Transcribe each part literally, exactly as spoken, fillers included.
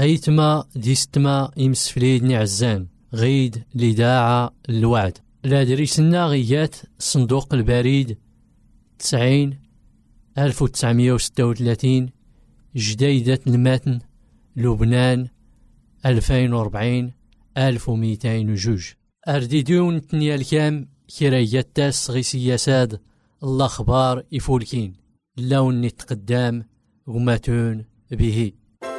هيتما ديستما يمسفليدني عزان غيد لداعة الوعد لا دريسنا غيات صندوق البريد تسعين ألف وتسعمية وستة وثلاثين جديدة المتن لبنان ألفين وربعين ألف ومئتين وجوج أرديدون تنيا الكام كرايات تاس غي سياساد الأخبار يفولكين اللون نتقدام وماتون به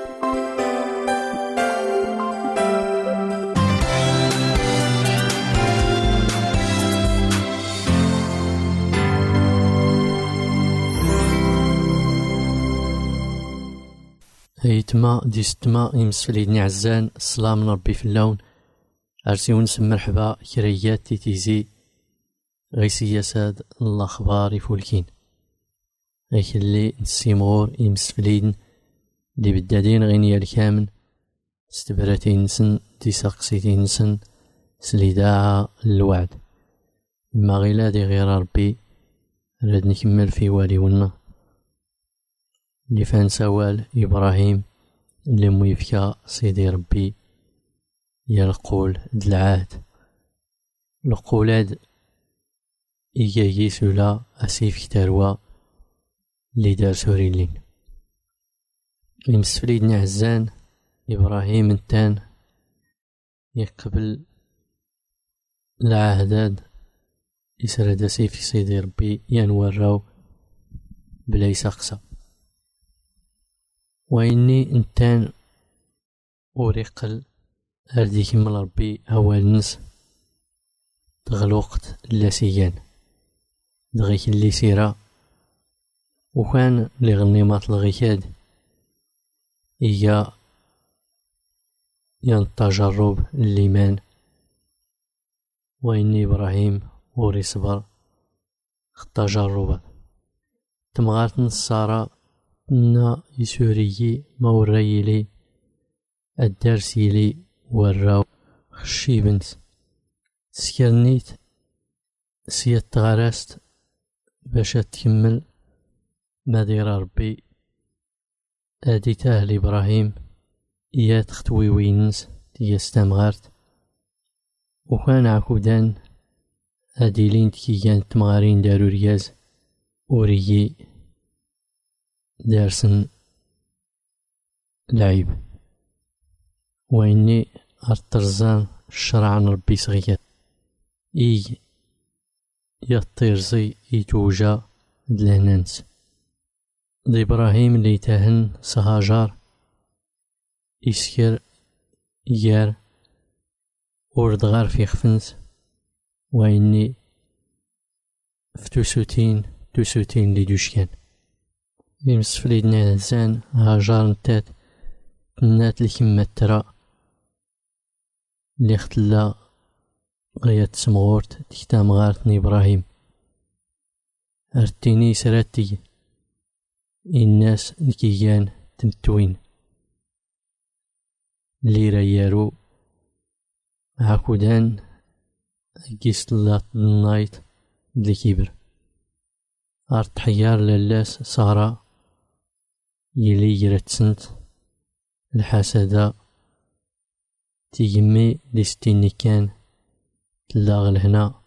هيتما ديستما يمسفليدني عزان السلام من ربي في اللون أرسيون سم مرحبا كريات تيتيزي غي سياساد الأخبار يفولكين غيك اللي نسيمغور يمسفليدن اللي بدادين غينيا الكامن استبراتين نسن تيساقسيتين نسن سليداعة الوعد ما غيلا دي غير ربي راد نكمل في والي ونا اللي فان سوال إبراهيم اللي مو يفكا سيدي ربي يا القول دالعهد القولاد إيجايي سولا أسيف كتاروا اللي دار سوريلين يمسفليدني عزان إبراهيم انتان يقبل العهداد يسرد سيف سيدي ربي ينوراو بلا يسقسى وإني انتان أوريقل أرديك من ربي أول نس تغلوقت اللاسيان دغيك اللي سيرا وكان لغنيمات الغيكاد إيا ين التجرب الليمان وإني إبراهيم وري صبر التجربة تمغارت نصارى نا يسوريي موريلي الدرسيلي وراو خشيبنت سكرنيت سيات تغرست باش تكمل ما دير ربي اديته لابراهيم يا تختوي وينس تيستمغارت وكان عكودان اديلين تكيان تمغارين دارو رياز وريي دارسن لعيب وإني أرترزان الشرع ربي صغير إي يطيرزي يتوجا دلهنانس دي إبراهيم اللي تهن سهاجار إسكر يار وردغار في خفنس وإني فتوسوتين توسوتين لي دوشكان يمسفليدنا هزان هاجار نتات نات لكما الترا اللي اختلا غيات سمغورت تكتا مغارتني إبراهيم أرتيني سراتي الناس نكيان تمتوين اللي ريارو عاكودان كيسلات النايت اللي كيبر أرت حيار للاس سارة يلي يرتسنت الحسدة تيجمي لستيني كان تلاغ لهنا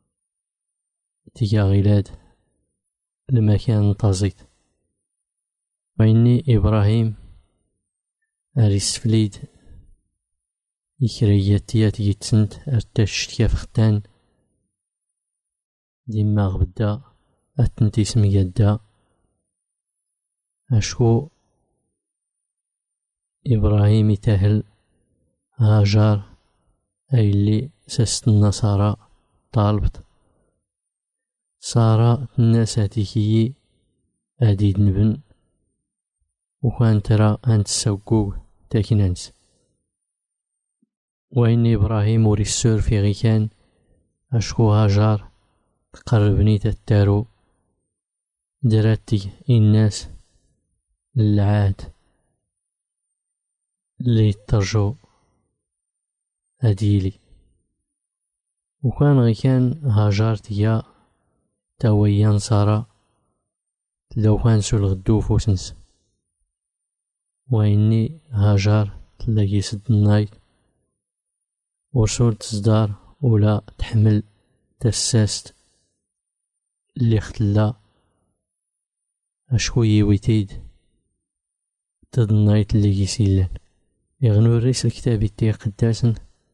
تيجا غيلاد المكان طازيت وإني إبراهيم أريس فليد يكرياتيات يتسنت أرتاش كافتان ديما غبدا أتنتي سميادا أشكو إبراهيم يتهل هاجر أي اللي سست النصارى طالبت سارة الناس هاتيكي أديد نبن وكان ترى أنت سوقوه تاكنانس وإن إبراهيم وري السور في غيكان أشكو هاجر تقربني تتارو دراتي الناس العاد اللي ترجو أديلي وكان غيكان هاجر تيا تاويان سارة لو كان سول غدو فوسنس وإني هاجر تلاقي سد النايت ورسول تصدار ولا تحمل تساست اللي ختلا اشكوي ويتيد تد النايت اللي يسيلان يغنو الرئيس الكتابي تي قداسن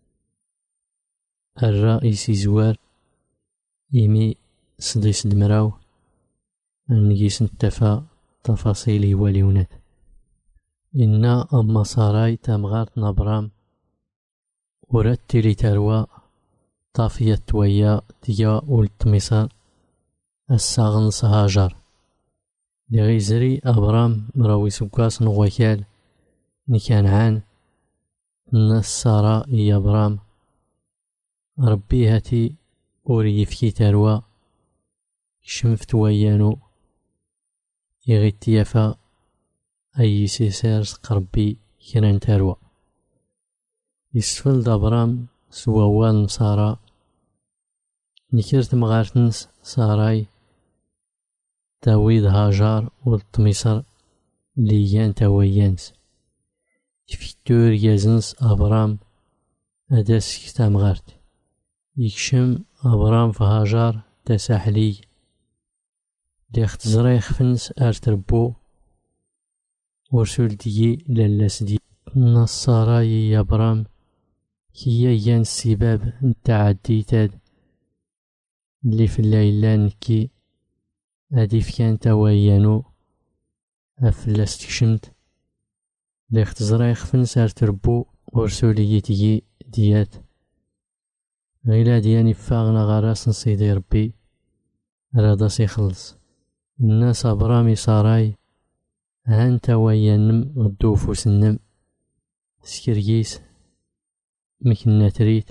الرئيس زوار يمي صديس المراو نجيس نتفا تفاصيل واليونات إنا أما صاراي تامغارت نبرام ورتلي تروى طافية ويا تيا والتمصار الساغن هاجر لغيزري أبرام مراوي سكاس نغوكال نكان عان الناس سارا يا برام ربي هاتي أوري فكي تروى شمفت ويانو يغيت يافا أي سيسار سقربي كران تروى يسفل دابرام سواوال نصارى نكرت مغارتنس ساراي تاويد هاجار والطميصر ليان تاويانس تفكتور يازنس أبرام أداس كتا مغارت يكشم أبرام فهاجار تساحلي ليخت زريخ فنس أرتربو ورسول دي للاس دي نصاراي يا برام كيا يان السباب نتاع تاد اللي في الليلة نكي هادي فكان تاويانو أفلاس تكشمت ليخت زريخ فنس أرتربو ورسولي تيجي ديات غيلا دياني فاغنا غراس نصيدي ربي راداس يخلص الناس أبرامي صاراي هانتا ويانم غدو فوسنم سكريس مكنا تريت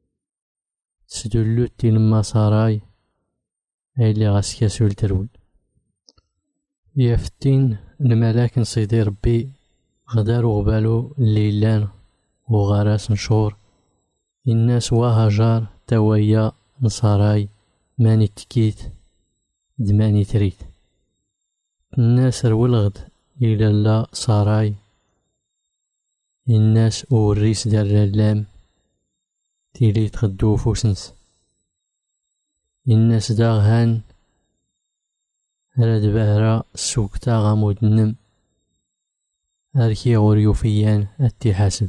سدلو تينما صاراي ايلي غاسكا سول ترول يافتين الملاك نصيدي ربي غدار وغبالو الليلان وغراس نشور الناس وهاجار تاويا نصاراي ماني تكيت دماني تريت الناس رولغد إلى لا صاراي الناس أوريس دار اللام تيلي تخدو فوسنس الناس داغهان راد بهرا سوكتا غامود النم أركي غوريوفيان أتي حاسب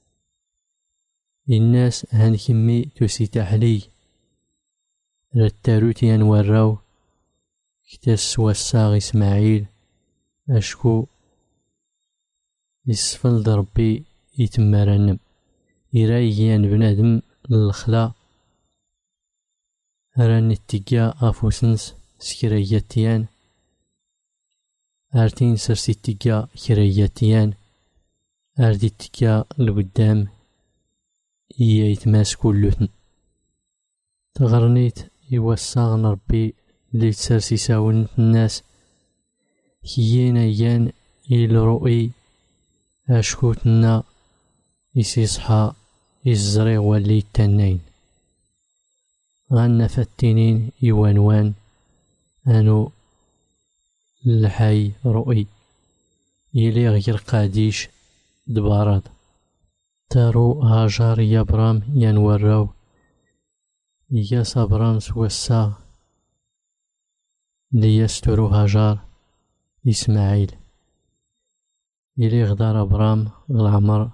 الناس هان كمي توسي تحلي راد تاروتيان وراو كتاس وساغ إسماعيل أشكو يسفل دربي يتمارنم إرايان بنادم للخلا راني تيجا أفوسنس سكرياتيان أرتين سرسي تيجا كرياتيان أردي تيجا لقدام إيا يتماس كلوثن تغرنيت يوساغن ربي لي تسرسي ساون الناس كيين أيان إلى رؤي أشكوتنا يسيصحى يزري ولي التنين غانا فالتنين يوانوان أنو الحي رؤي يلي غير قاديش دبارات تارو هاجار يا برام ينوراو يا صبرام سوسا ليسترو هاجار إسماعيل يلي غدار برام العمر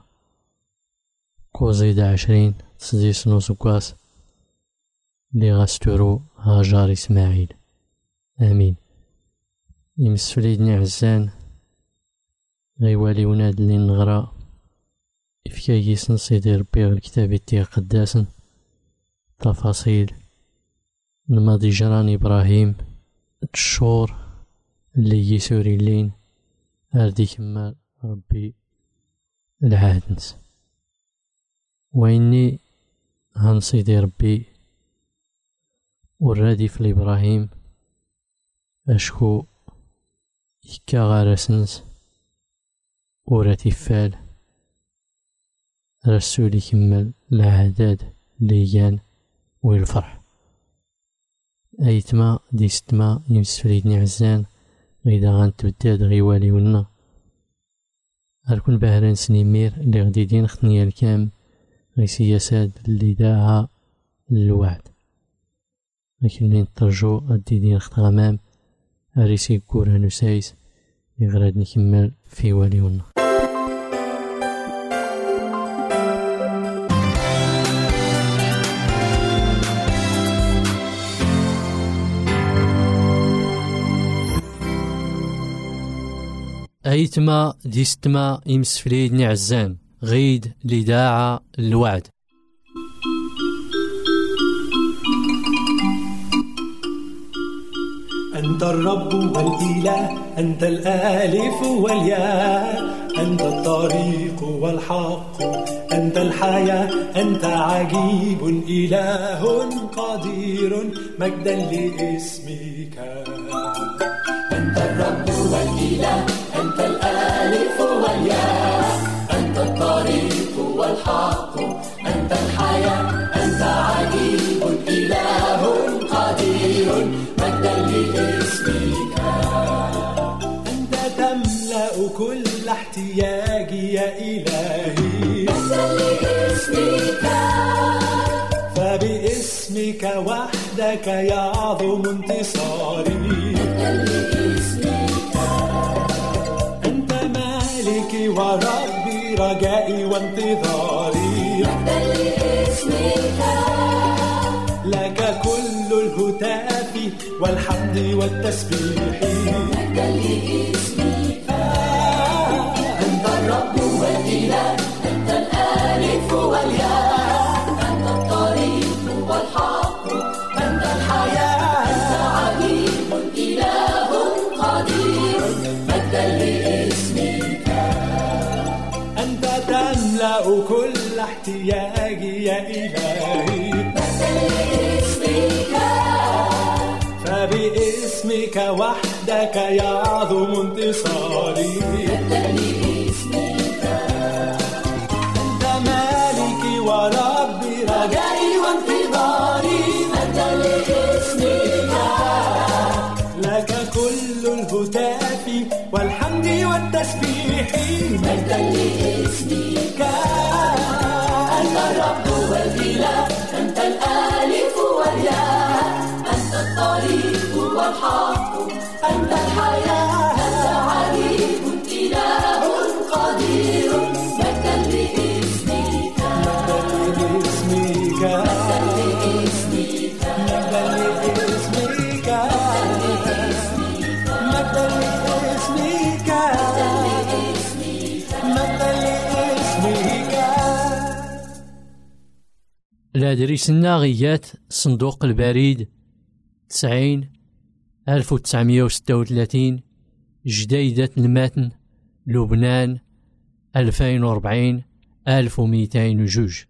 كوزيد عشرين تسديس نوسكواس لي غاسترو هاجار إسماعيل آمين يمسفليدني عزان غيوالي وناد لي نغرا إفكايس نصيدي ربي الكتاب تي قداسن تفاصيل الماضي جران إبراهيم تشور اللي يسوري لين أردي كمال ربي العهدنس وإني هنصيدي ربي ورادي في إبراهيم أشكو إكا غارسنس وراتي فال رسولي كمال العداد ليان والفرح أيتما ديستما يمسفليدني عزان غيدا غانتبداد غيوالي ونا غنكون بهران سنيمير اللي غديدين خطنيا الكام غي سياسات اللي داعا للوعد، لكن اللي نترجو غديدين خط غمام أريسي كورا نسايس يغراد نكمل في واليونا. أيتما ديستما يمسفليد نعزان غيد لداعة الوعد. أنت الرب والإله، أنت الآلف والياء، أنت الطريق والحق، أنت الحياة، أنت عجيب إله قدير، مجدا لاسمك. أنت الرب والإله، أنت الآلف والياء، أنت الطريق والحق، أنت الحياة، أنت عجيب إله قدير، مجدا لاسمك. أنت تملأ كل احتياجي يا إلهي، مجدا لاسمك. فباسمك وحدك يعظم انتصاري، مجدا لاسمك. أنت مالكي وربي، رجائي وانتظاري، مجدا لاسمك. لك كل الهتاف والحمد والتسبيح، مجدا لاسمك. أنت الرب والإله، أنت الآلف والياء، أنت الطريق والحق، أنت الحياة، أنت عجيب إله قدير، مجدا لاسمك. أنت تملأ كل احتياجي يا إلهي، مجدا لاسمك. فباسمك وحدك يعظم انتصاري، مجدا لاسمك. أنت مالكي وربي، رجائي وانتظاري، مجدا لاسمك. لك كل الهتاف والحمد والتسبيح، مجدا لاسمك. أنت الرب والإله، أنت الآلف والياء، أنت الطريق والحق، أنت الحياة، أنت عجيب إله قدير، مجدا لاسمك. مجدا لاسمك، مجدا لاسمك، مجدا لاسمك، مجدا لاسمك. الأدريسنا غيات صندوق البريد تسعين ألف وتسعمية وستة وثلاثين جديدة المتن لبنان ألفين وربعين ألف ومئتين وجوج.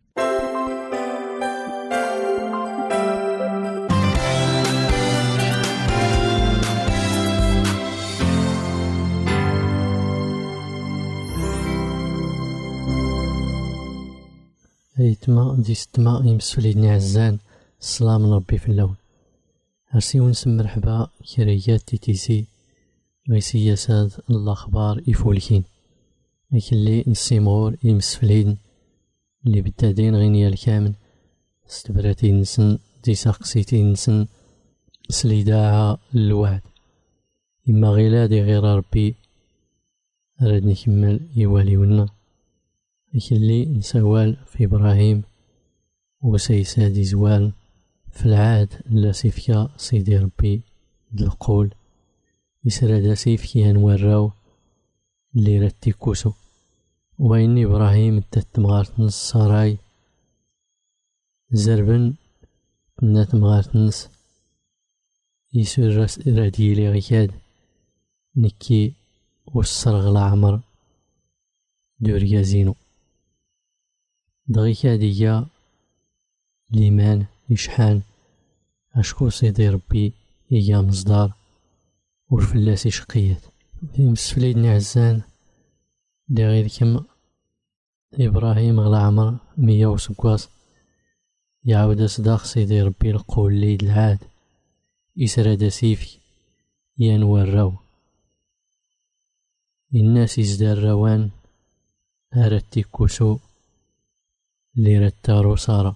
أيتما ديستما يمسفليدني عزان، الصلاة من ربي في اللون. هرسي ونسم مرحبا كريات تيتيسي غي سياسات الأخبار يفولكين، لكن اللي نسيمغور يمسفليدن اللي بالتادين غينيا الكامل استبراتي نسن دي ساقسيتي نسن سليداعة الوعد. إما غيلادي غير ربي أراد نكمل يواليونا، لكن اللي نسوال في إبراهيم وسيسادي زوال في العاد لا سيفيا سيدي ربي دالقول يسرد سيفيا نوراو اللي راتي كوسو. وإن إبراهيم تتمغارت نص سراي زربن بنات مغارت نص يسر راس راديلي غيكاد نكي والصرغ العمر دوريا زينو دغيكا ديا ليمان يشحان أشكو سيدي ربي إيا مصدار ورفلاسي شقيات في مسفليدني عزان دي غير كم إبراهيم غلا عمر مية وسكواس يعود صداق سيدي ربي القول ليد العاد يسرد سيفي ينور رو الناس يزدار روان هرتي كوسو ليرتارو سارة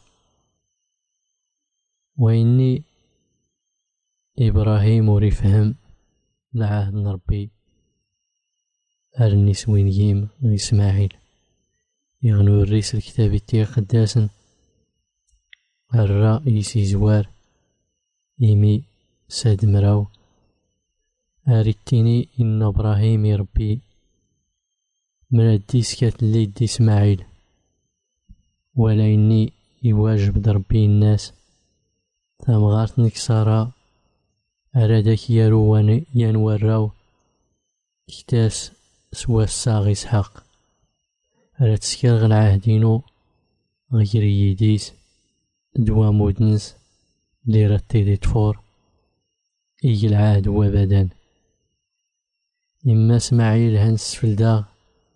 وإني إبراهيم وريفهم لعهد ربي أرني سوينيم إسماعيل يغنو الريس الكتاب تي قداسا الرأي سيزوار إيمي ساد مراو أريتيني إن إبراهيم يربي من الديس كاتلي دي إسماعيل ولا إني يواجب دربي الناس تمغارت نكسارا أرادك يروان ينوراو كتاس سوا الساغ إسحاق أراد سكر العهدينو غير يديس دوا مودنس لي رتي دي تفور إيجي العهد وابدا إما اسماعيل هنس فلداغ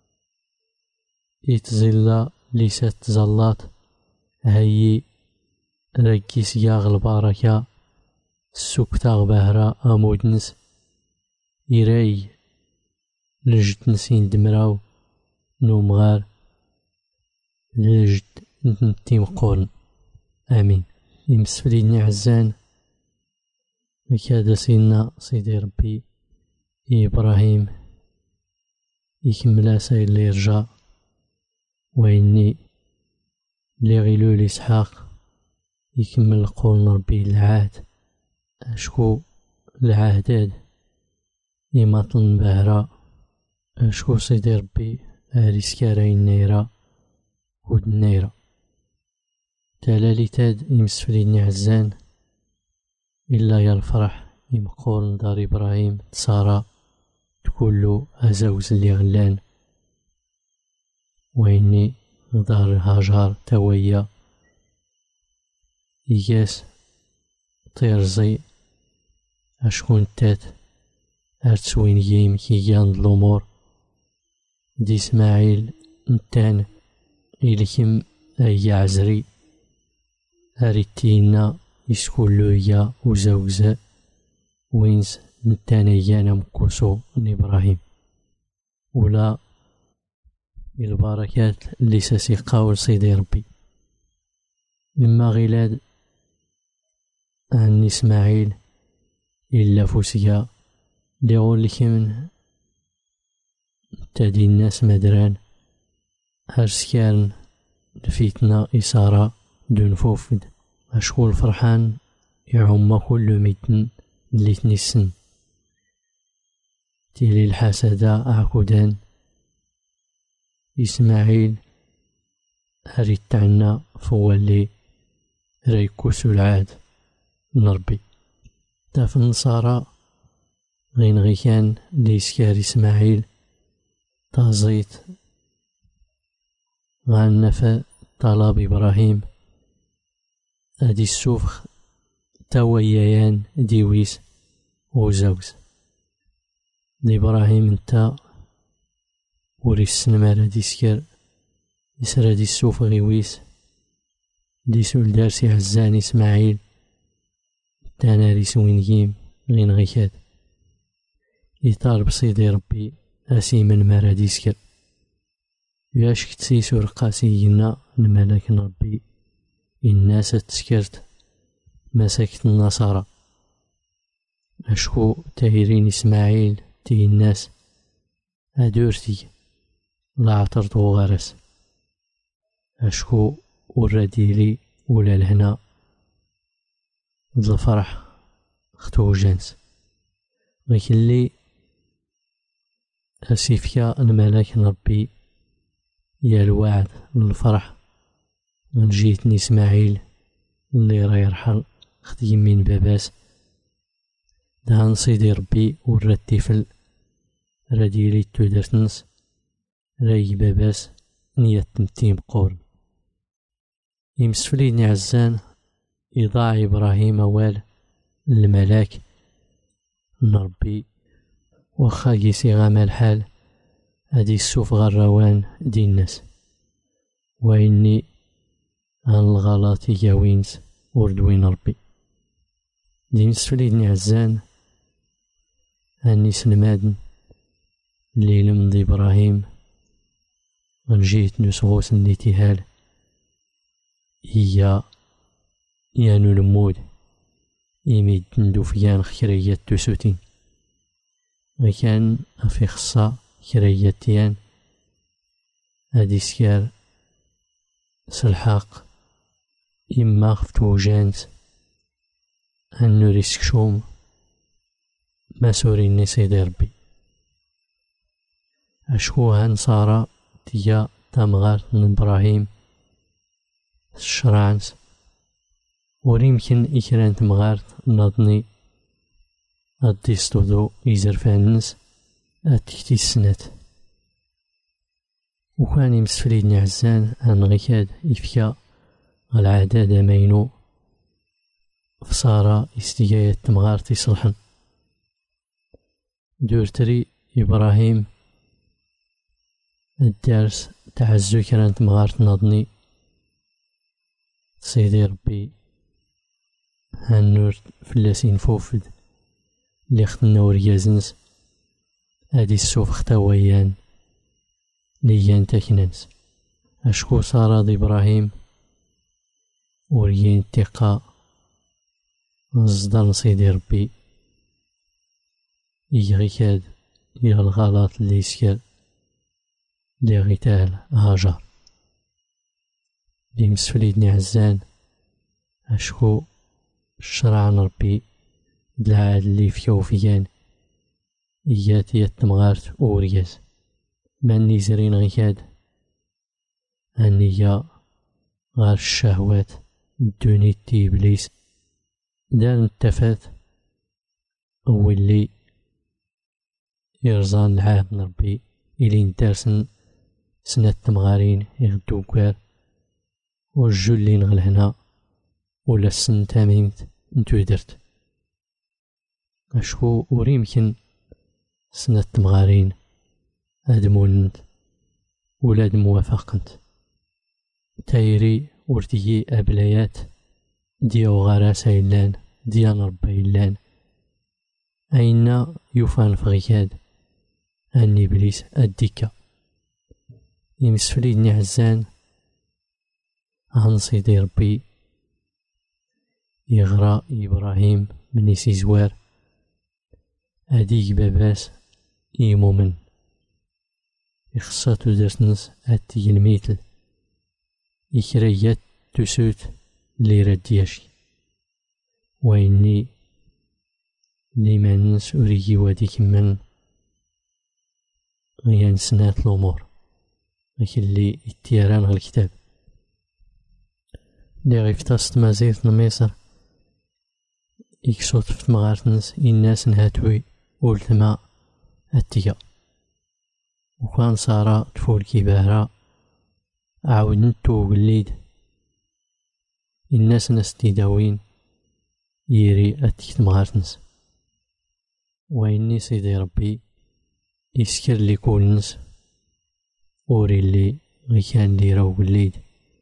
يتزلا ليست تزلات هاي ركيس ياغ البركة السكتاغ بهرا أمودنس إيراي لجد نسين دمراو نومغار لجد نتيم قرن آمين. يمسفليني عزان لكاد سينا سيدي ربي إبراهيم يكمل سايل لي يرجع وإني لي غيلو لإسحاق يكمل قول ربي العهد أشكو العهداد يماطن بهرا أشكو سيدي ربي أريسكاري النيرة ود النيرة تالالي تاد يمسفليني عزان إلا يا الفرح يمقول دار إبراهيم تصارى تقولو أزوز اللي غلان وإني دار هاجار تويا إياس طيرزي أشكون تات أرتسوين ييم كيجان الأمور دي إسماعيل نتان إليكم أي عزري أريتينا يسكولو يا وزوزا وينس نتانيانا مكوسو لإبراهيم ولا البركات اللي ساسي قاول سيدي ربي لما غلاد عن إسماعيل إلا فوسيا ليغول لكمن تادي الناس مدران هرسكارن لفيتنا إسارة دون فوفد أشكول فرحان يعم كل ميتن اللي تنسن تيلي الحسدة أعكدان إسماعيل هريت عنا فوالي ريكوسو العاد نربي تاف النصارى غين غيكان ليسكار إسماعيل تازيت غان نفا طلب إبراهيم أدي السوفخ توييان ديويس وزوز لإبراهيم انتا وريس نمارا ديسكر يسرى دي السوف غيويس دي سول دارسي عزان إسماعيل تانا ريس وينجيم غين غيكاد يطالب سيدي ربي أسي من مارا ديسكر ياش كتسيسو رقاسينا الملك ربي الناس تسكرت مساكت النصارى أشكو تهيرين إسماعيل تي الناس أدورتي لا عطرتو غرس أشكو ورديلي ولا الهنا ذا الفرح اختو جنس لكن لي أسيفيا الملك ربي يا الوعد للفرح من جيتني إسماعيل اللي راه يرحل خدي من باباس دهان سيدي ربي ورا الطفل رديلي تودرتنس راي باباس نية تمتيم قورن يمسفليني عزان إضاع إبراهيم وال الملاك نربي وخا يسي غاما الحال هادي السوف غروان دي الناس وإني عن الغلط ياوينس وردوين ربي دي مسفليني عزان هاني سلمادن اللي لمضي إبراهيم غنجيت نسغوس النتهال هي يانو المود يميد ندوفيان خيريات تسوتين غيكان في خصا خيرياتيان هادي سكار سلحاق إما خفتو جانت أنو ريسكشوم ما سوريني سيدي ربي أشكو هان صارا تيا تامغار من إبراهيم الشرعنس وريمكن إكران تمغار ناضني أديستودو إزرفانس أتكتي السنات وكان يمسفليدني عزان أن غيكاد إفكا العادة دامينو فصارا استجاية تمغار تصلحن دورتري إبراهيم الدرس تعزو كران تمغار تناضني سيدي ربي هالنور فلاسين فوفد اللي خدنا وريازنس هادي السوف ختاويان ليان تاكنانس أشكو صارا دي إبراهيم وريين تقا نصدر سيدي ربي يغيكاد يا الغلط اللي يسكر لي غيتال هاجر لي مسفليدني عزان أشكو الشرع ربي دلعاد اللي فيو فيان إيات يتمغارت أورياز ماني زرين غيكاد أنيا غار الشهوات دوني تي إبليس دار التفات هو اللي يرزان العهد ربي إلي ندارسن سنة تمغارين يغدو كوار والجو اللي نغل هنا ولا السن تاميمت نتو درت أشكو وريمكن سنة تمغارين أدمونت ولا دموافقنت تايري ورتيي أبلايات ديو غارا سايلان ديال ربي اللان أين يفان فغيكاد أني إبليس الدكة يمسفليدني عزان عن سيدي ربي يغرى إبراهيم من يسيزوار أديك باباس يمومن يخصاتو درسنس أتي الميتل يكريات تسوت لي ردياشي وإني لمنس أريجي وديك من غيان سنات الأمور لكن اللي اتياران غير الكتاب اللي غيفتاست مازيرت مصر يكسوت في مغارتنس الناس نهاتوي ولتما التيا وكان صارا تفول كبارا عاود نتو قليد الناس نستيداوين يري أتيك مغارتنس وإني سيدي ربي يسكر لي كولنس وري اللي غيكان لي راو قليد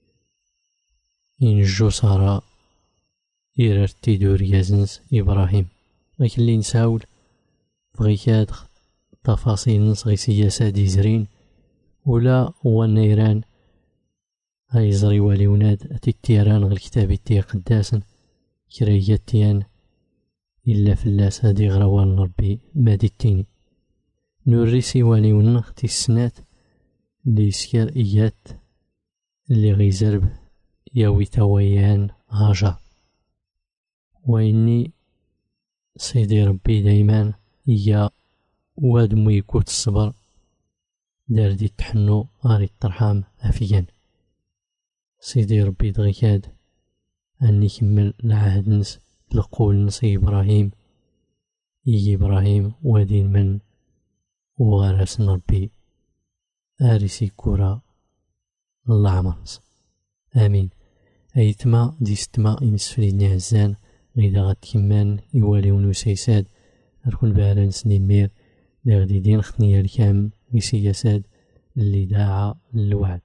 ينجو صارا يرتي دور يازنس إبراهيم لكن اللي نساول بغيكاد تفاصيل نص غي سياسة ديزرين ولا هو النيران هاي زري والي وناد أتي التيران غير كتابي تي قداسن كرياتيان إلا فلاس هادي غروان ربي مادي التيني نوريسي والي ونخ تي السنات اللي يسكر إيات اللي غيزرب ياوي تويان هاجر وإني سيدي ربي دايما إيا وادمو يكوت الصبر داردي التحنو غاري الترحام أفيان سيدي ربي دغيكاد أني كمل العهد نس لقول نسي إبراهيم يجي إبراهيم وادين من وغارس ربي آرسي كورا الله عمرس آمين أيتما ديستما يمسفليدني عزان غيدا غاد كمان يوالي ونسيساد أركون باران سنين مير لغدي دين خطنيا الكام يسياساد اللي داعا للوعد.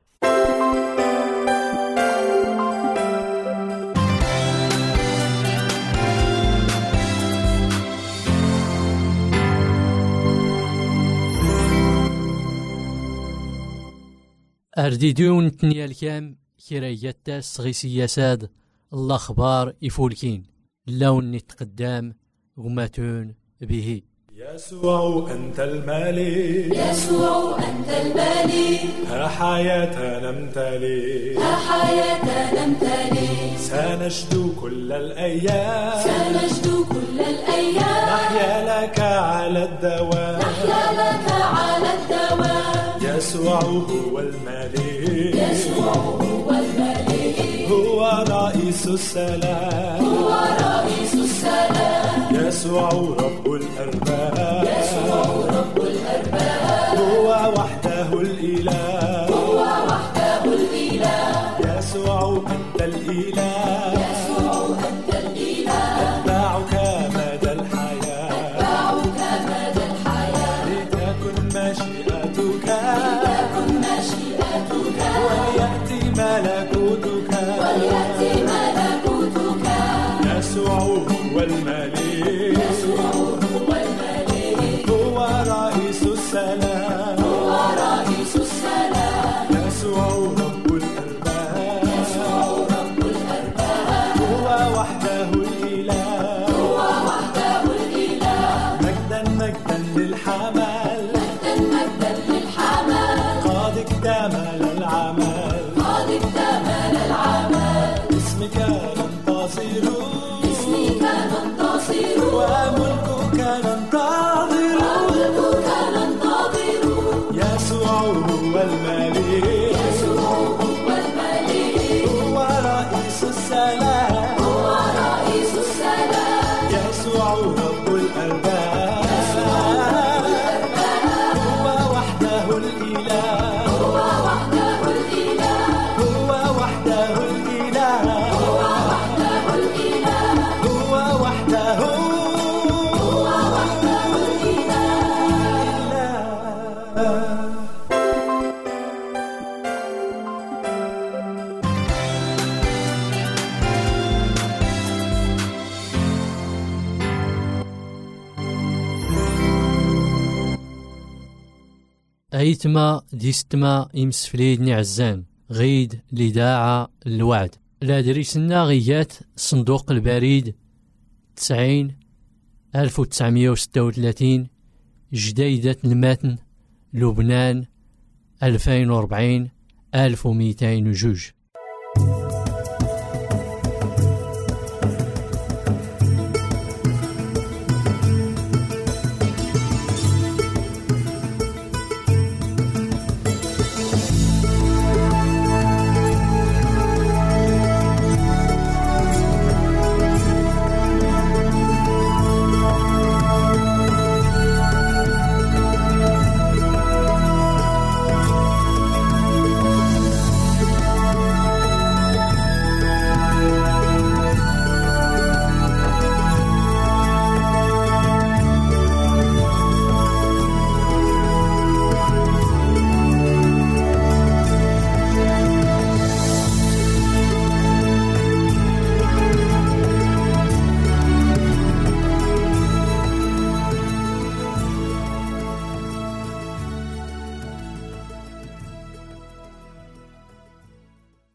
أرديدون تنيا الكام كراياتا صغي سياساد الأخبار يفولكين اللون نتقدام غماتون به. يسوع أنت الملك، يسوع أنت الملك، ها حياتنا امتلك، ها حياتنا امتلك، سنجد كل الأيام، سنجد كل الأيام، نحيا لك على الدوام، نحيا لك على الدوام. يسوع هو الملك، يسوع هو الملك، هو رئيس السلام، هو رئيس السلام. يسوع رب الأرباب، يسوع رب الأرباب، هو وحده الإله، هو وحده الإله. يسوع أنت الإله، يسوع أنت الإله، أتبعك مدى الحياة، أتبعك مدى الحياة. لتكن مشيئتك، لتكن مشيئتك، وليأتي ملكوتك، وليأتي ملكوتك. يسوع هو الملك، يسوع هو الملك، هو رئيس السلام، هو رئيس السلام. يسوع رب الأرباب، يسوع رب الأرباب، هو وحده الإله، هو وحده الإله. مجدا مجدا للحمل، مجدا مجدا للحمل، قد اكتمل العمل، قد اكتمل العمل. اسمك ننتصر، اسمك ننتصر، وملكك ننتظر، وملكك ننتظر. يسوع هو الملك، يسوع هو الملك، هو رئيس السلام، هو رئيس السلام. يسوع رب الأرباب، هو وحده الإله، هو وحده الإله، هو وحده الإله، هو وحده الإله، هو وحده هو وحده الإله. الإله. أيتما ديستما إمسفليدني عزان غيد لداعة الوعد لا دريسنا غيات صندوق البريد تسعين ألف وتسعمية وستة وثلاثين جديدة المتن لبنان ألفين وربعين ألف ومئتين وجوج.